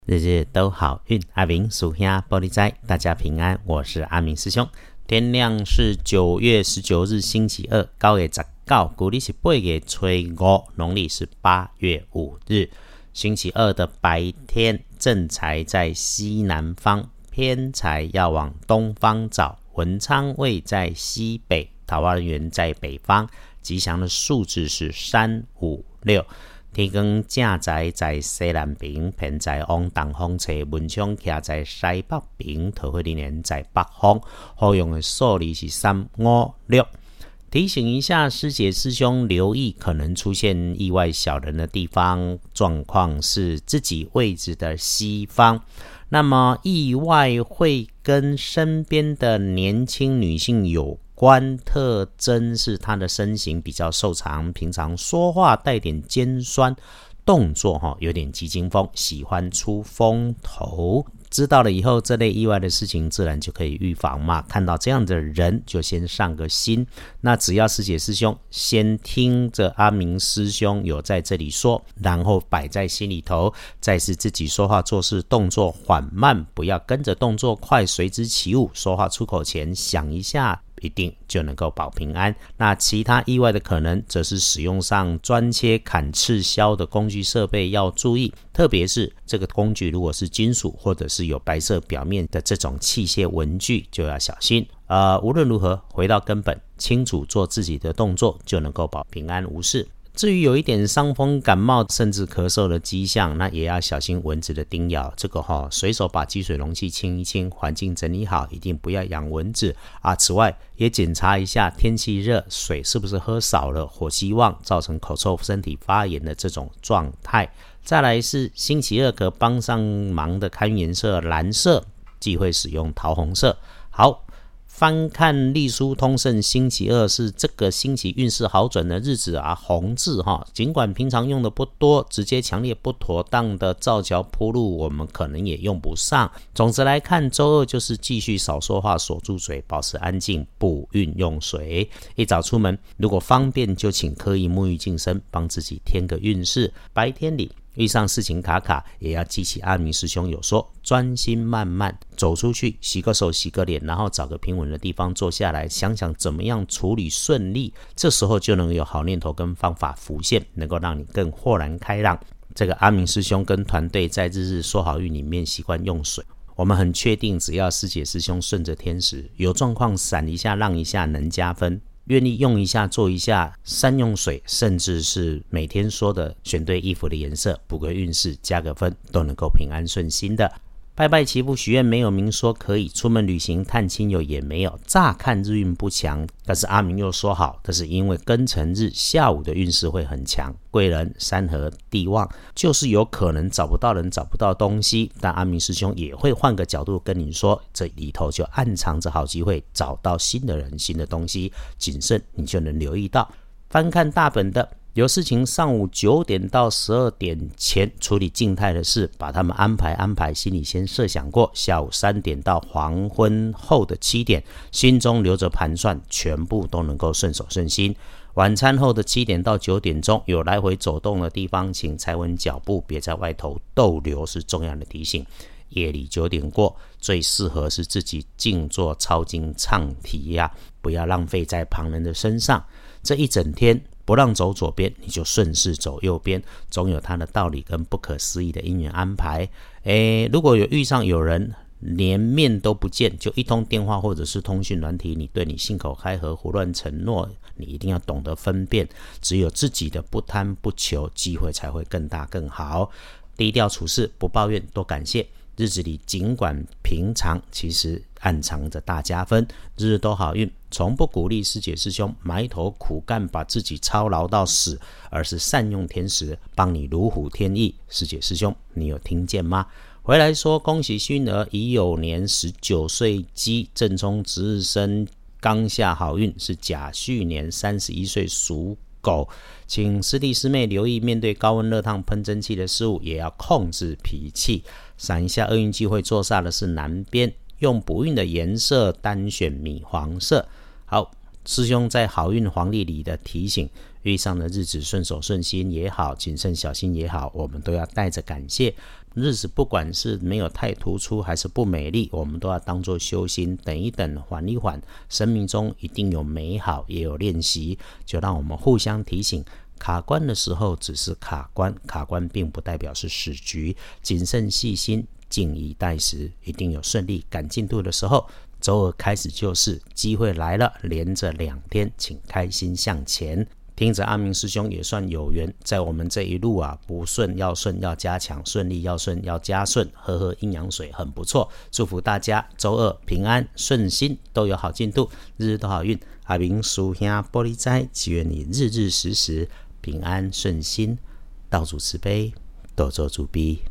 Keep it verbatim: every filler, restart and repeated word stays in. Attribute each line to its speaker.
Speaker 1: 日日都好运，阿明属兄玻璃斋，大家平安，我是阿明师兄。天亮是九月十九日星期二，九月十九，古历是八月初五，农历是八月五日。星期二的白天，正财在西南方，偏财要往东方找，文昌位在西北，桃花源在北方，吉祥的数字是三五六。天光正财在西南边，偏财往东方找，文昌徛在西北边，桃花源在北方，好用的数字是三五六。提醒一下师姐师兄留意可能出现意外小人的地方，状况是自己位置的西方。那么意外会跟身边的年轻女性有关，特征是她的身形比较瘦长，平常说话带点尖酸，动作有点急惊风，喜欢出风头。知道了以后，这类意外的事情自然就可以预防嘛。看到这样的人就先上个心，那只要师姐师兄先听着阿明师兄有在这里说，然后摆在心里头，再是自己说话做事动作缓慢，不要跟着动作快随之起舞，说话出口前想一下，一定就能够保平安。那其他意外的可能则是使用上钻切砍刺削的工具设备要注意，特别是这个工具如果是金属或者是有白色表面的这种器械文具就要小心。呃，无论如何回到根本，清楚做自己的动作，就能够保平安无事。至于有一点伤风感冒甚至咳嗽的迹象，那也要小心蚊子的叮咬。这个齁，随手把积水容器清一清，环境整理好，一定不要养蚊子啊。此外也检查一下天气热，水是不是喝少了，火气旺，造成口臭身体发炎的这种状态。再来是星期二可帮上忙的看颜色蓝色，忌讳使用桃红色。好，翻看历书通胜，星期二是这个星期运势好转的日子啊，红字哈，尽管平常用的不多，直接强烈不妥当的造桥铺路我们可能也用不上。总之来看，周二就是继续少说话，锁住嘴，保持安静，补运用水。一早出门如果方便就请刻意沐浴净身，帮自己添个运势。白天里遇上事情卡卡，也要记起阿明师兄有说，专心慢慢走出去，洗个手洗个脸，然后找个平稳的地方坐下来，想想怎么样处理顺利，这时候就能有好念头跟方法浮现，能够让你更豁然开朗。这个阿明师兄跟团队在日日说好运里面习惯用水，我们很确定只要师姐师兄顺着天时，有状况闪一下让一下能加分，愿意用一下做一下，善用水，甚至是每天说的选对衣服的颜色，补个运势，加个分，都能够平安顺心的。拜拜祈福许愿没有明说可以，出门旅行探亲友也没有，乍看日运不强，但是阿明又说好，这是因为庚辰日下午的运势会很强，贵人山河地旺，就是有可能找不到人找不到东西，但阿明师兄也会换个角度跟你说，这里头就暗藏着好机会，找到新的人新的东西，谨慎你就能留意到。翻看大本的，有事情上午九点到十二点前处理静态的事，把他们安排安排，心里先设想过，下午三点到黄昏后的七点，心中留着盘算，全部都能够顺手顺心。晚餐后的七点到九点钟，有来回走动的地方，请踩稳脚步，别在外头逗留，是重要的提醒。夜里九点过，最适合是自己静坐抄经唱题呀、啊，不要浪费在旁人的身上。这一整天不让走左边，你就顺势走右边，总有它的道理跟不可思议的因缘安排。诶，如果有遇上有人连面都不见，就一通电话或者是通讯软体，你对你信口开河胡乱承诺，你一定要懂得分辨，只有自己的不贪不求，机会才会更大更好。低调处事，不抱怨，多感谢。日子里尽管平常，其实暗藏着大加分，日日都好运。从不鼓励师姐师兄埋头苦干把自己操劳到死，而是善用天时帮你如虎添翼。师姐师兄你有听见吗？回来说恭喜勋儿乙酉年十九岁鸡，正冲值日生，刚下好运，是甲戌年三十一岁属狗。请师弟师妹留意，面对高温热烫喷蒸汽的事物，也要控制脾气。闪一下厄运机会坐煞的是南边，用补运的颜色单选米黄色。好，师兄在好运黄历里的提醒， 遇上的日子顺手顺心也好，谨慎小心也好，我们都要带着感谢。日子不管是没有太突出还是不美丽，我们都要当作修心，等一等，缓一缓。生命中一定有美好，也有练习，就让我们互相提醒。卡关的时候只是卡关，卡关并不代表是死局。谨慎细心，静以待时，一定有顺利赶进度的时候。周二开始就是机会来了，连着两天，请开心向前。听着阿明师兄也算有缘，在我们这一路啊，不顺要顺要加强，顺利要顺要加顺，喝喝阴阳水很不错。祝福大家周二平安顺心，都有好进度，日日都好运。阿明师兄玻璃斋，祈愿你日日时时平安顺心，道主慈悲，多做主逼。